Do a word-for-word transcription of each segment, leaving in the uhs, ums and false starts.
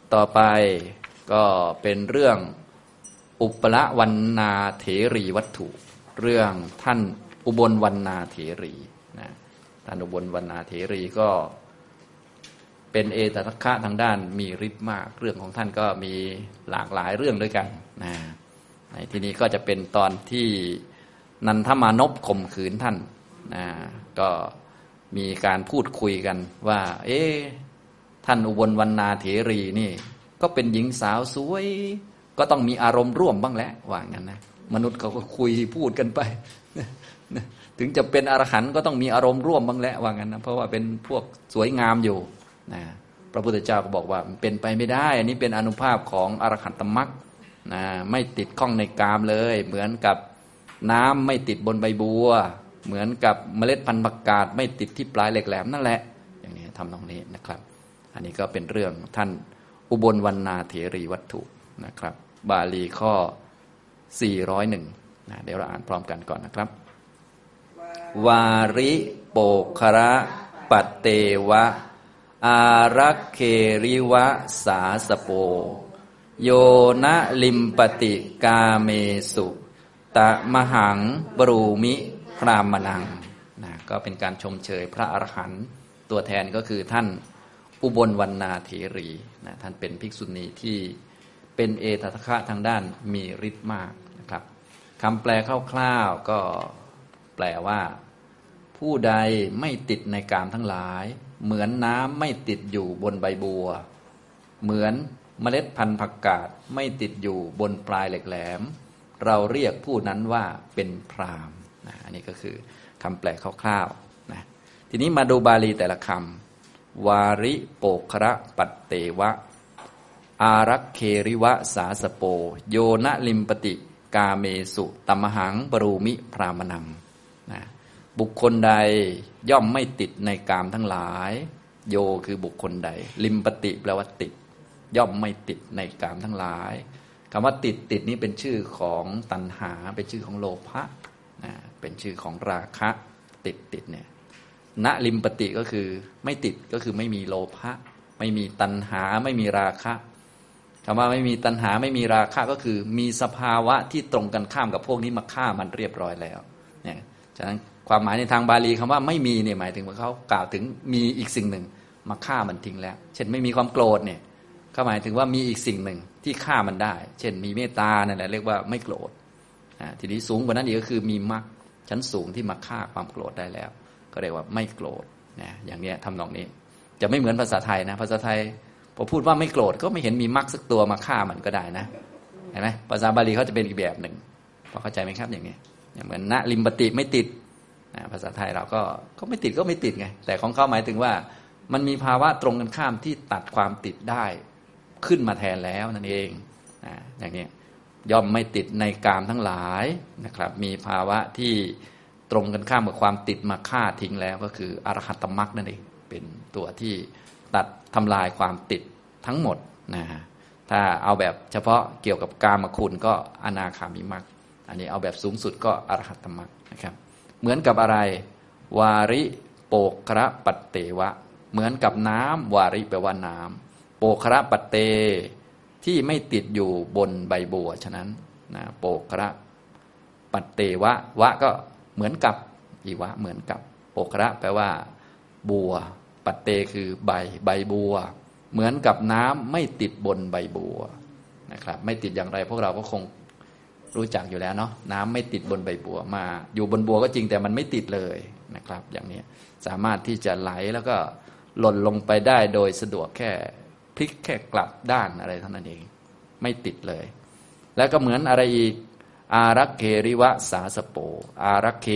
ต่อไปก็เป็นเรื่องอุปละวรรณาเถรีวัตถุ เรื่องท่านอุบลวรรณาเถรีนะท่านอุบลวรรณาเถรีก็เป็นเอตทัคคะทางด้านมีฤทธิ์มากเรื่องของท่านก็มีหลากหลายเรื่องด้วยกันนะในที่นี้ก็จะเป็นตอนที่นันทมานพข่มขืนท่านนะก็มีการพูดคุยกันว่าเอ๊ะท่านอุบลวรรณาเถรีนี่ก็เป็นหญิงสาวสวยก็ต้องมีอารมณ์ร่วมบ้างแหละว่างั้นนะมนุษย์เขาก็คุยพูดกันไปถึงจะเป็นอรหันต์ก็ต้องมีอารมณ์ร่วมบ้างแหละว่างั้นนะเพราะว่าเป็นพวกสวยงามอยู่นะพระพุทธเจ้าก็บอกว่าเป็นไปไม่ได้อันนี้เป็นอานุภาพของอรหัตตมรรคนะไม่ติดข้องในกามเลยเหมือนกับน้ำไม่ติดบนใบบัวเหมือนกับเมล็ดพันธุ์ผักกาดไม่ติดที่ปลายเหล็กแหลมนั่นแหละอย่างนี้ทำตรงนี้นะครับอันนี้ก็เป็นเรื่องท่านอุบลวรรณาเถรีวัตถุนะครับบาลีข้อสี่ร้อยเอ็ดนะเดี๋ยวเราอ่านพร้อมกันก่อนนะครับวาริโปคระปัตเตวะอารักเคริวะสาสโปโยนะลิมปติกาเมสุตะมหังบรูมิพรามนังนะก็เป็นการชมเชยพระอรหันต์ตัวแทนก็คือท่านอุบลวรรณาเถรีนะท่านเป็นภิกษุณีที่เป็นเอตทัคคะทางด้านมีฤทธิ์มากนะครับคำแปลคร่าวๆก็แปลว่าผู้ใดไม่ติดในกามทั้งหลายเหมือนน้ำไม่ติดอยู่บนใบบัวเหมือนเมล็ดพันธุ์ผักกาดไม่ติดอยู่บนปลายเหล็กแหลมเราเรียกผู้นั้นว่าเป็นพราหมณ์นะอันนี้ก็คือคำแปลคร่าวๆนะทีนี้มาดูบาลีแต่ละคำวาริโปคระปัตเตวะอารักเคริวะสาสโปโยนะลิมปติกาเมสุตัมหังปรูมิพรามนังนะบุคคลใดย่อมไม่ติดในกามทั้งหลายโยคือบุคคลใดลิมปติแปลว่าติดย่อมไม่ติดในกามทั้งหลายคำว่าติดติดนี้เป็นชื่อของตัณหาเป็นชื่อของโลภะนะเป็นชื่อของราคะติดติดเนี่ยณลิมปติก็คือไม่ติดก็คือไม่มีโลภะไม่มีตัณหาไม่มีราคะคำว่าไม่มีตัณหาไม่มีราคะก็คือมีสภาวะที่ตรงกันข้ามกับพวกนี้มาฆ่ามันเรียบร้อยแล้วเนี่ยฉะนั้นความหมายในทางบาลีคำว่าไม่มีเนี่ยหมายถึงว่าเขากล่าวถึงมีอีกสิ่งหนึ่งมาฆ่ามันทิ้งแล้วเช่นไม่มีความโกรธเนี่ยเขาหมายถึงว่ามีอีกสิ่งหนึ่งที่ฆ่ามันได้เช่นมีเมตตานั่นแหละเรียกว่าไม่โกรธทีนี้สูงกว่านั้นอีกก็คือมีมรรคชั้นสูงที่มาฆ่าความโกรธได้แล้วก็เรียกว่าไม่โกรธนะอย่างนี้ทำนองนี้จะไม่เหมือนภาษาไทยนะภาษาไทยพอพูดว่าไม่โกรธก็ไม่เห็นมีมรรคสักตัวมาฆ่ามันก็ได้นะเห็นไหมภาษาบาลีเขาจะเป็นอีกแบบหนึ่งพอเข้าใจไหมครับอย่างนี้เหมือนณลิมปติไม่ติดภาษาไทยเราก็ก็ไม่ติดก็ไม่ติดไงแต่ของเขาหมายถึงว่ามันมีภาวะตรงกันข้ามที่ตัดความติดได้ขึ้นมาแทนแล้วนั่นเองอย่างนี้ย่อมไม่ติดในกามทั้งหลายนะครับมีภาวะที่ตรงกันข้ามกับความติดมาฆ่าทิ้งแล้วก็คืออรหัตตมรรคนั่นเองเป็นตัวที่ตัดทำลายความติดทั้งหมดนะฮะถ้าเอาแบบเฉพาะเกี่ยวกับกามคุณก็อนาคามิมรรคอันนี้เอาแบบสูงสุดก็อรหัตตมรรคนะครับเหมือนกับอะไรวาริโปคระปัตเตวะเหมือนกับน้ำวาริแปลว่าน้ำโปคระปัตเตที่ไม่ติดอยู่บนใบบัวฉะนั้นนะโปคระปัตเตวะวะก็เหมือนกับอีวะเหมือนกับโปคระแปลว่าบัวปัตเตคือใบใบบัวเหมือนกับน้ำไม่ติดบนใบบัวนะครับไม่ติดอย่างไรพวกเราก็คงรู้จักอยู่แล้วเนาะน้ำไม่ติดบนใบบัวมาอยู่บนบัวก็จริงแต่มันไม่ติดเลยนะครับอย่างนี้สามารถที่จะไหลแล้วก็หล่นลงไปได้โดยสะดวกแค่พลิกแค่กลับด้านอะไรเท่านั้นเองไม่ติดเลยแล้วก็เหมือนอะไรอีกอารักเคริวะสาสโปอารักเค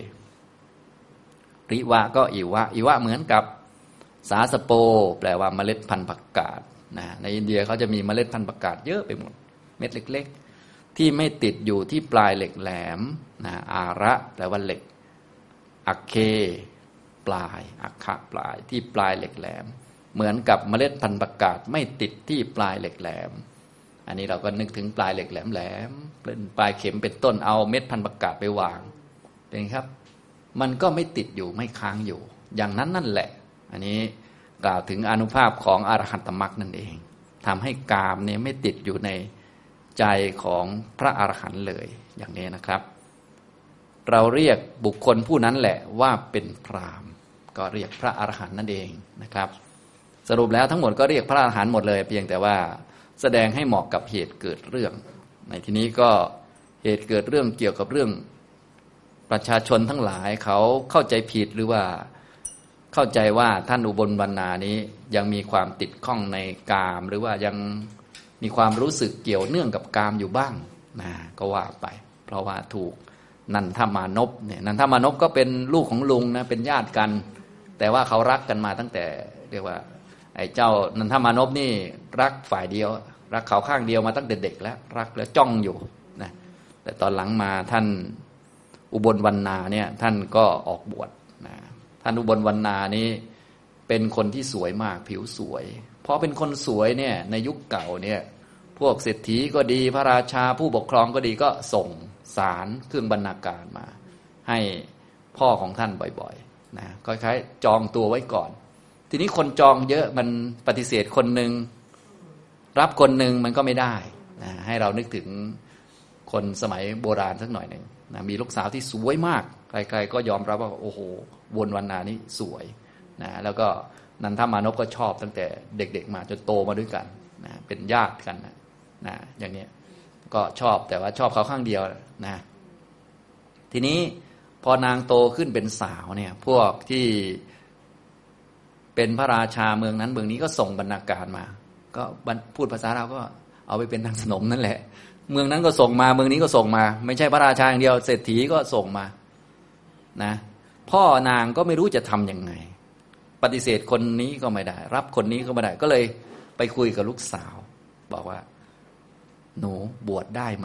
ริวะก็อิวะอิวะเหมือนกับสาสโปแปลว่าเมล็ดพันธุ์ผักกาดนะในอินเดียเขาจะมีเมล็ดพันธุ์ผักกาดเยอะไปหมดเม็ดเล็กๆที่ไม่ติดอยู่ที่ปลายเหล็กแหลมนะอาระแปลว่าเหล็กอักเคปลายอักขะปลายที่ปลายเหล็กแหลมเหมือนกับเมล็ดพันธุ์ผักกาดไม่ติดที่ปลายเหล็กแหลมอันนี้เราก็นึกถึงปลายเหล็กแหลมๆเป็นปลายเข็มเป็นต้นเอาเม็ดพันธุ์ผักกาดไปวางเป็นครับมันก็ไม่ติดอยู่ไม่ค้างอยู่อย่างนั้นนั่นแหละอันนี้กล่าวถึงอานุภาพของอรหัตตมรรคนั่นเองทำให้กามเนี่ยไม่ติดอยู่ในใจของพระอรหันต์เลยอย่างนี้นะครับเราเรียกบุคคลผู้นั้นแหละว่าเป็นพราหมณ์ก็เรียกพระอรหันต์นั่นเองนะครับสรุปแล้วทั้งหมดก็เรียกพระอรหันต์หมดเลยเพียงแต่ว่าแสดงให้เหมาะกับเหตุเกิดเรื่องในที่นี้ก็เหตุเกิดเรื่องเกี่ยวกับเรื่องประชาชนทั้งหลายเขาเข้าใจผิดหรือว่าเข้าใจว่าท่านอุบลวรรณานี้ยังมีความติดข้องในกามหรือว่ายังมีความรู้สึกเกี่ยวเนื่องกับกามอยู่บ้างนะก็ว่าไปเพราะว่าถูกนันทมานพเนี่ยนันทมานพก็เป็นลูกของลุงนะเป็นญาติกันแต่ว่าเขารักกันมาตั้งแต่เรียกว่าไอ้เจ้านันทมานพนี่รักฝ่ายเดียวรักเขาข้างเดียวมาตั้งแต่เด็กแล้วรักแล้วจ้องอยู่นะแต่ตอนหลังมาท่านอุบลวรรณาเนี่ยท่านก็ออกบวชนะท่านอุบลวรรณานี้เป็นคนที่สวยมากผิวสวยเพราะเป็นคนสวยเนี่ยในยุคเก่าเนี่ยพวกเศรษฐีก็ดีพระราชาผู้ปกครองก็ดีก็ส่งสารเครื่องบรรณาการมาให้พ่อของท่านบ่อยๆนะคล้ายๆจองตัวไว้ก่อนทีนี้คนจองเยอะมันปฏิเสธคนหนึ่งรับคนหนึ่งมันก็ไม่ได้นะให้เรานึกถึงคนสมัยโบราณสักหน่อยหนึ่งนะมีลูกสาวที่สวยมากใครๆก็ยอมรับว่าโอ้โหวนวรรณานี้สวยนะแล้วก็นันทมานพก็ชอบตั้งแต่เด็กๆมาจนโตมาด้วยกันนะเป็นญาติกันนะนะอย่างนี้ก็ชอบแต่ว่าชอบเขาข้างเดียวนะทีนี้พอนางโตขึ้นเป็นสาวเนี่ยพวกที่เป็นพระราชาเมืองนั้นเมืองนี้ก็ส่งบรรณาการมาก็พูดภาษาเราก็เอาไปเป็นนางสนมนั่นแหละเมืองนั้นก็ส่งมาเมืองนี้ก็ส่งมาไม่ใช่พระราชาอย่างเดียวเศรษฐีก็ส่งมานะพ่อนางก็ไม่รู้จะทำยังไงปฏิเสธคนนี้ก็ไม่ได้รับคนนี้ก็ไม่ได้ก็เลยไปคุยกับลูกสาวบอกว่าหนูบวชได้ไหม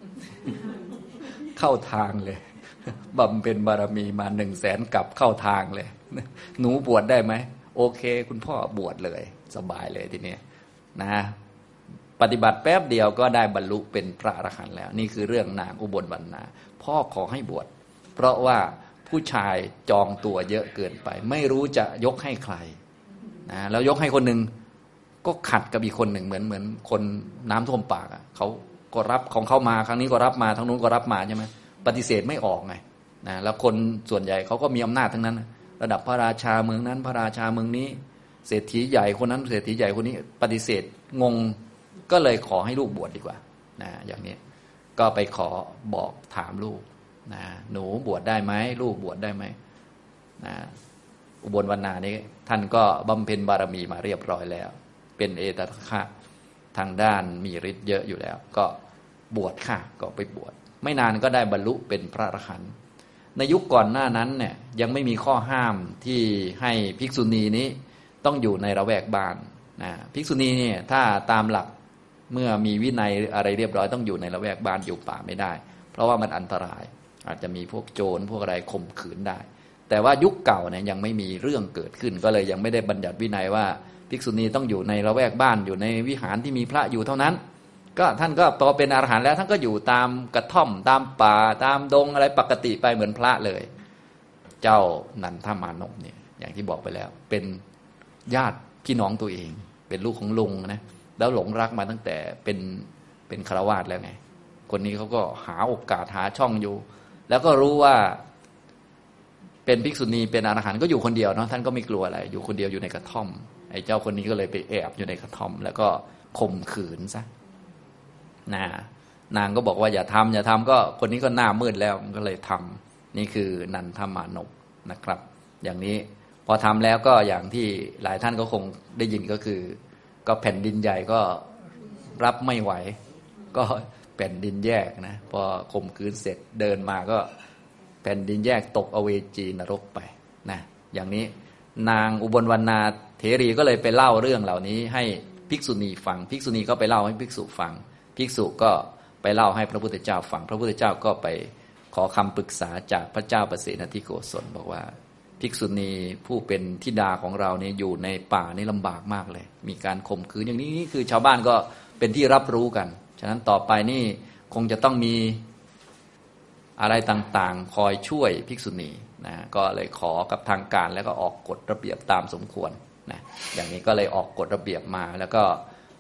เข้าทางเลยบำเพ็ญบารมีมาหนึ่งแสนกับเข้าทางเลยหนูบวชได้ไหมโอเคคุณพ่อบวชเลยสบายเลยทีนี้นะปฏิบัติแป๊บเดียวก็ได้บรรลุเป็นพระอรหันต์แล้วนี่คือเรื่องนางอุบลวรรณาพ่อขอให้บวชเพราะว่าผู้ชายจองตัวเยอะเกินไปไม่รู้จะยกให้ใครนะแล้วยกให้คนหนึ่งก็ขัดกับอีกคนหนึ่งเหมือนเหมือนคนน้ำท่วมปากอ่ะเขาก็รับของเข้ามาครั้งนี้ก็รับมาทั้งนู้นก็รับมาใช่ไหมปฏิเสธไม่ออกไงนะแล้วคนส่วนใหญ่เขาก็มีอำนาจทั้งนั้นระดับพระราชาเมืองนั้นพระราชาเมืองนี้เศรษฐีใหญ่คนนั้นเศรษฐีใหญ่คนนี้ปฏิเสธงงก็เลยขอให้ลูกบวชดีกว่านะอย่างนี้ก็ไปขอบอกถามลูกนะหนูบวชได้ไหมลูกบวชได้ไหมนะอุบลวรรณานี้ท่านก็บำเพ็ญบารมีมาเรียบร้อยแล้วเป็นเอตทัคคะทางด้านมีฤทธิ์เยอะอยู่แล้วก็บวชค่ะก็ไปบวชไม่นานก็ได้บรรลุเป็นพระอรหันต์ในยุคก่อนหน้านั้นเนี่ยยังไม่มีข้อห้ามที่ให้ภิกษุณีนี้ต้องอยู่ในละแวกบ้านนะภิกษุณีเนี่ยถ้าตามหลักเมื่อมีวินัยอะไรเรียบร้อยต้องอยู่ในละแวกบ้านอยู่ป่าไม่ได้เพราะว่ามันอันตรายอาจจะมีพวกโจรพวกอะไรข่มขืนได้แต่ว่ายุคเก่าเนี่ยยังไม่มีเรื่องเกิดขึ้นก็เลยยังไม่ได้บัญญัติวินัยว่าภิกษุณีต้องอยู่ในละแวกบ้านอยู่ในวิหารที่มีพระอยู่เท่านั้นก็ท่านก็พอเป็นอรหันต์แล้วท่านก็อยู่ตามกระท่อมตามป่าตามดงอะไรปกติไปเหมือนพระเลยเจ้านันทมานพเนี่ยอย่างที่บอกไปแล้วเป็นญาติพี่น้องตัวเองเป็นลูกของลุงนะแล้วหลงรักมาตั้งแต่เป็นเป็นฆราวาสแล้วไงคนนี้เขาก็หาโอกาสหาช่องอยู่แล้วก็รู้ว่าเป็นภิกษุณีเป็นอรหันต์ก็อยู่คนเดียวเนาะท่านก็ไม่กลัวอะไรอยู่คนเดียวอยู่ในกระท่อมไอ้เจ้าคนนี้ก็เลยไปแอบอยู่ในกระท่อมแล้วก็ข่มขืนซะนะนางก็บอกว่าอย่าทำอย่าทำก็คนนี้ก็หน้ามืดแล้วก็เลยทำนี่คือนันทมานพนะครับอย่างนี้พอทำแล้วก็อย่างที่หลายท่านก็คงได้ยินก็คือก็แผ่นดินใหญ่ก็รับไม่ไหวก็แผ่นดินแยกนะพอข่มขืนเสร็จเดินมาก็แผ่นดินแยกตกอเวจีนรกไปนะอย่างนี้นางอุบลวรรณาเถรีก็เลยไปเล่าเรื่องเหล่านี้ให้ภิกษุณีฟังภิกษุณีก็ไปเล่าให้ภิกษุฟังภิกษุก็ไปเล่าให้พระพุทธเจ้าฟังพระพุทธเจ้าก็ไปขอคำปรึกษาจากพระเจ้าประเสนทิโกศลบอกว่าภิกษุณีผู้เป็นธิดาของเราเนี่ยอยู่ในป่านี่ลำบากมากเลยมีการข่มขืนอย่างนี้คือชาวบ้านก็เป็นที่รับรู้กันฉะนั้นต่อไปนี่คงจะต้องมีอะไรต่างๆคอยช่วยภิกษุณีนะก็เลยขอกับทางการแล้วก็ออกกฎระเบียบตามสมควรนะอย่างนี้ก็เลยออกกฎระเบียบมาแล้วก็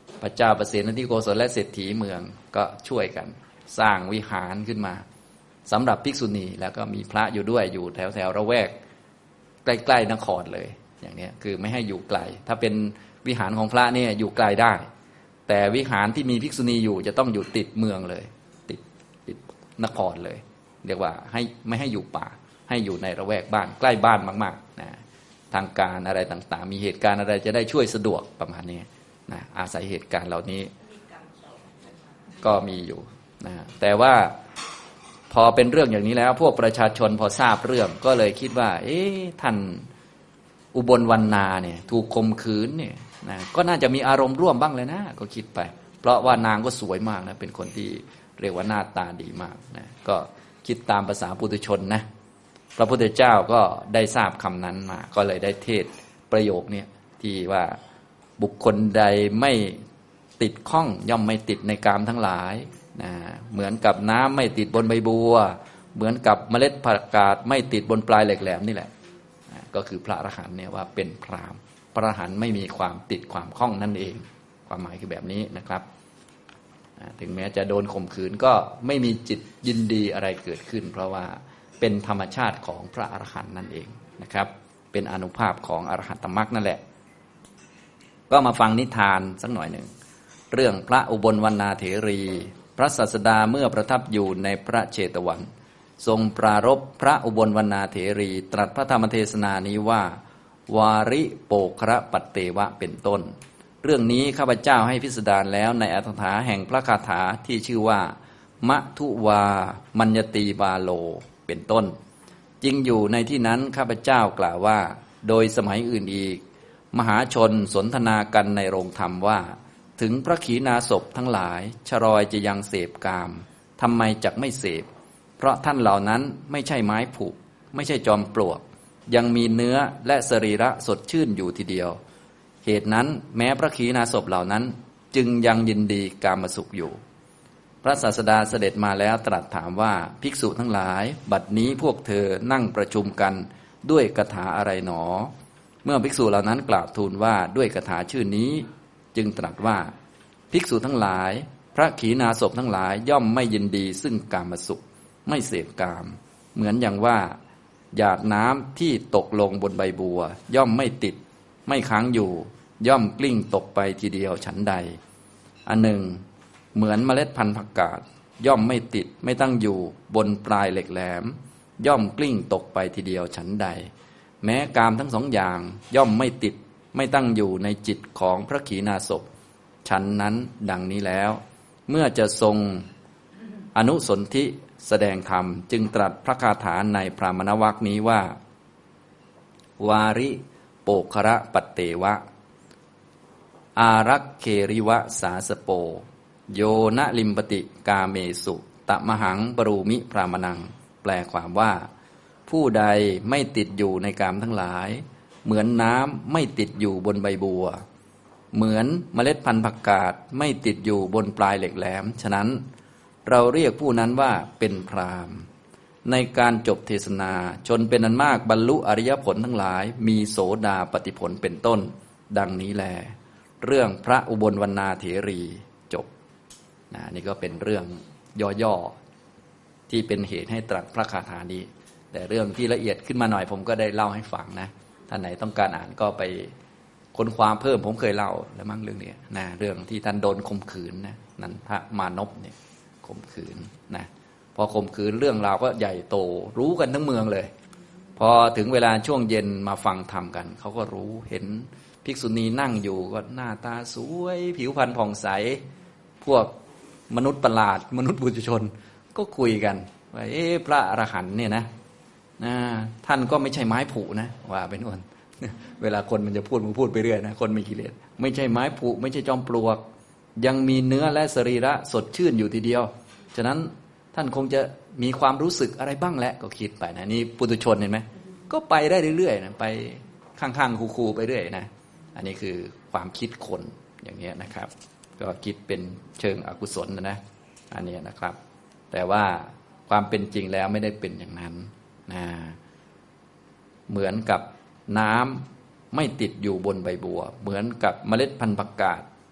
พระเจ้าประเสนทิโกศลและเศรษฐีเมืองก็ช่วยกันสร้างวิหารขึ้นมาสำหรับภิกษุณีแล้วก็มีพระอยู่ด้วยอยู่แถวแถวระแวกใกล้ๆนครเลยอย่างนี้คือไม่ให้อยู่ไกลถ้าเป็นวิหารของพระเนี่ยอยู่ไกลได้แต่วิหารที่มีภิกษุณีอยู่จะต้องอยู่ติดเมืองเลยติดติดนครเลยเรียกว่าให้ไม่ให้อยู่ป่าให้อยู่ในระแวกบ้านใกล้บ้านมากๆนะทางการอะไรต่างๆมีเหตุการณ์อะไรจะได้ช่วยสะดวกประมาณนี้นะอาศัยเหตุการณ์เหล่านี้ก็มีอยู่นะแต่ว่าพอเป็นเรื่องอย่างนี้แล้วพวกประชาชนพอทราบเรื่องก็เลยคิดว่าเอ๊ะท่านอุบลวรรณาเนี่ยถูกข่มขืนเนี่ยนะก็น่าจะมีอารมณ์ร่วมบ้างเลยนะก็คิดไปเพราะว่านางก็สวยมากนะเป็นคนที่เรียกว่าหน้าตาดีมากนะก็คิดตามภาษาปุถุชนนะพระพุทธเจ้าก็ได้ทราบคำนั้นมาก็เลยได้เทศประโยคนี้ที่ว่าบุคคลใดไม่ติดข้องย่อมไม่ติดในกามทั้งหลายนะเหมือนกับน้ำไม่ติดบนใบบัวเหมือนกับเมล็ดผักกาดไม่ติดบนปลายเหล็กแหลมนี่แหละนะก็คือพระอรหันต์เนี่ยว่าเป็นพราหมณ์พระอรหันต์ไม่มีความติดความข้องนั่นเองความหมายคือแบบนี้นะครับถึงแม้จะโดนข่มขืนก็ไม่มีจิตยินดีอะไรเกิดขึ้นเพราะว่าเป็นธรรมชาติของพระอรหันต์นั่นเองนะครับเป็นอานุภาพของอรหัตตมรรคนั่นแหละก็มาฟังนิทานสักหน่อยหนึ่งเรื่องพระอุบลวรรณาเถรีพระศาสดาเมื่อประทับอยู่ในพระเชตวัน ทรงปรารภพระอุบลวรรณาเถรีตรัสพระธรรมเทศนานี้ว่าวาริโปคระปัตเตวะเป็นต้นเรื่องนี้ข้าพเจ้าให้พิสดารแล้วในอรรถถาแห่งพระคาถาที่ชื่อว่ามะทุวามัญญตีบาโลเป็นต้นจริงอยู่ในที่นั้นข้าพเจ้ากล่าวว่าโดยสมัยอื่นอีกมหาชนสนทนากันในโรงธรรมว่าถึงพระขีณาสพทั้งหลายชรอยจะยังเสพกามทำไมจักไม่เสพเพราะท่านเหล่านั้นไม่ใช่ไม้ผุไม่ใช่จอมปลวกยังมีเนื้อและสรีระสดชื่นอยู่ทีเดียวเหตุนั้นแม้พระขีณาสพเหล่านั้นจึงยังยินดีกามสุขอยู่พระศาสดาเสด็จมาแล้วตรัสถามว่าภิกษุทั้งหลายบัดนี้พวกเธอนั่งประชุมกันด้วยคาถาอะไรหนอเมื่อภิกษุเหล่านั้นกราบทูลว่าด้วยคาถาชื่อนี้จึงตรัสว่าภิกษุทั้งหลายพระขีณาสพทั้งหลายย่อมไม่ยินดีซึ่งกามสุขไม่เสพกามเหมือนอย่างว่าหยาดน้ำที่ตกลงบนใบบัวย่อมไม่ติดไม่ค้างอยู่ย่อมกลิ้งตกไปทีเดียวฉันใดอันหนึ่งเหมือนเมล็ดพันธุ์ผักกาดย่อมไม่ติดไม่ตั้งอยู่บนปลายเหล็กแหลมย่อมกลิ้งตกไปทีเดียวฉันใดแม้กามทั้งสองอย่างย่อมไม่ติดไม่ตั้งอยู่ในจิตของพระขีณาสพฉันนั้นดังนี้แล้วเมื่อจะทรงอนุสนธิแสดงธรรมจึงตรัสพระคาถาในพรามณวรรคนี้ว่าวาริโปคระปัตเตวะอารักเคริวะสาสโปโยนะลิมปติกาเมสุตะมหังปรูมิพรามนังแปลความว่าผู้ใดไม่ติดอยู่ในกามทั้งหลายเหมือนน้ำไม่ติดอยู่บนใบบัวเหมือนเมล็ดพันธุ์ผักกาดไม่ติดอยู่บนปลายเหล็กแหลมฉะนั้นเราเรียกผู้นั้นว่าเป็นพราหมณ์ในการจบเทศนาชนเป็นอันมากบรรลุอริยผลทั้งหลายมีโสดาปัตติผลเป็นต้นดังนี้แลเรื่องพระอุบลวรรณาเถรีจบนะนี่ก็เป็นเรื่องย่อๆที่เป็นเหตุให้ตรัสพระคาถานี้แต่เรื่องที่ละเอียดขึ้นมาหน่อยผมก็ได้เล่าให้ฟังนะท่านไหนต้องการอ่านก็ไปค้นคว้าเพิ่มผมเคยเล่าแล้วมั้งเรื่องนี้นะเรื่องที่ท่านโดนข่มขืนนะนันทมานพเนี่ยข่มขืนนะพอข่มขืนเรื่องราวก็ใหญ่โตรู้กันทั้งเมืองเลยพอถึงเวลาช่วงเย็นมาฟังธรรมกันเขาก็รู้เห็นภิกษุณีนั่งอยู่ก็หน้าตาสวยผิวพรรณผ่องใสพวกมนุษย์ประหลาดมนุษย์บุตุชนก็คุยกันว่าเอ๊ะพระอรหันต์เนี่ยนะนะท่านก็ไม่ใช่ไม้ผุนะว่าเป็นอ้วนเวลาคนมันจะพูดมันพูดไปเรื่อยนะคนมีกิเลสไม่ใช่ไม้ผุไม่ใช่จอมปลวกยังมีเนื้อและสรีระสดชื่นอยู่ทีเดียวฉะนั้นท่านคงจะมีความรู้สึกอะไรบ้างแหละก็คิดไปนะนี่ปุถุชนเห็นไหมก็ไปได้เรื่อยๆนะไปข้างๆคูๆไปเรื่อยนะอันนี้คือความคิดคนอย่างนี้นะครับก็คิดเป็นเชิงอกุศลนะนะอันนี้นะครับแต่ว่าความเป็นจริงแล้วไม่ได้เป็นอย่างนั้นนะเหมือนกับน้ำไม่ติดอยู่บนใบบัวเหมือนกับเมล็ดพันธุ์ผักกาด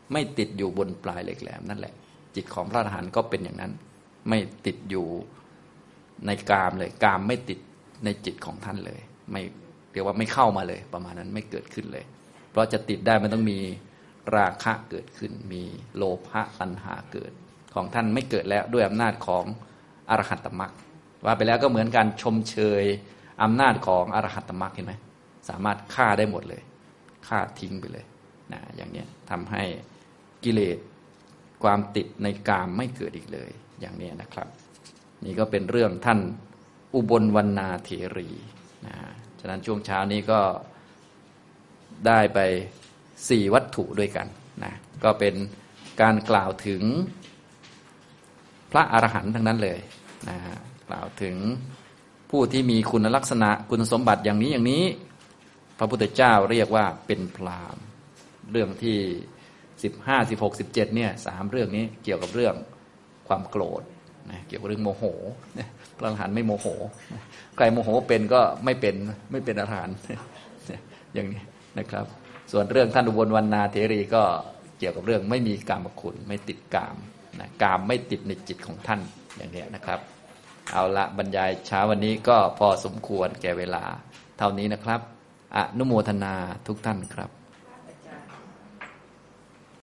ไม่ติดอยู่บนปลายเหล็กแหลมนั่นแหละจิตของพระอรหันต์ก็เป็นอย่างนั้นไม่ติดอยู่ในกามเลยกามไม่ติดในจิตของท่านเลยไม่เรียกว่าไม่เข้ามาเลยประมาณนั้นไม่เกิดขึ้นเลยเพราะจะติดได้มันต้องมีราคะเกิดขึ้นมีโลภะตัณหาเกิดของท่านไม่เกิดแล้วด้วยอำนาจของอรหัตตมรรคว่าไปแล้วก็เหมือนการชมเชยอำนาจของอรหัตตมรรคเห็นไหมสามารถฆ่าได้หมดเลยฆ่าทิ้งไปเลยนะอย่างนี้ทำให้กิเลสความติดในกามไม่เกิดอีกเลยอย่างนี้นะครับนี่ก็เป็นเรื่องท่านอุบลวรรณาเถรีนะฉะนั้นช่วงเช้านี้ก็ได้ไปสี่วัตถุด้วยกันนะก็เป็นการกล่าวถึงพระอรหันต์ทั้งนั้นเลยนะกล่าวถึงผู้ที่มีคุณลักษณะคุณสมบัติอย่างนี้อย่างนี้พระพุทธเจ้าเรียกว่าเป็นพราหมณ์เรื่องที่สิบห้า สิบหก สิบเจ็ดเนี่ยสามเรื่องนี้เกี่ยวกับเรื่องความโกรธนะเกี่ยวกับเรื่องโมโหพระอรหันต์ไม่โมโหใครโมโหเป็นก็ไม่เป็นไม่เป็นอรหันต์อย่างนี้นะครับส่วนเรื่องท่านอุบลวรรณาเถรีก็เกี่ยวกับเรื่องไม่มีกามคุณไม่ติดกามนะกามไม่ติดในจิตของท่านอย่างนี้นะครับเอาละบรรยายเช้าวันนี้ก็พอสมควรแก่เวลาเท่านี้นะครับอนุโมทนาทุกท่านครับ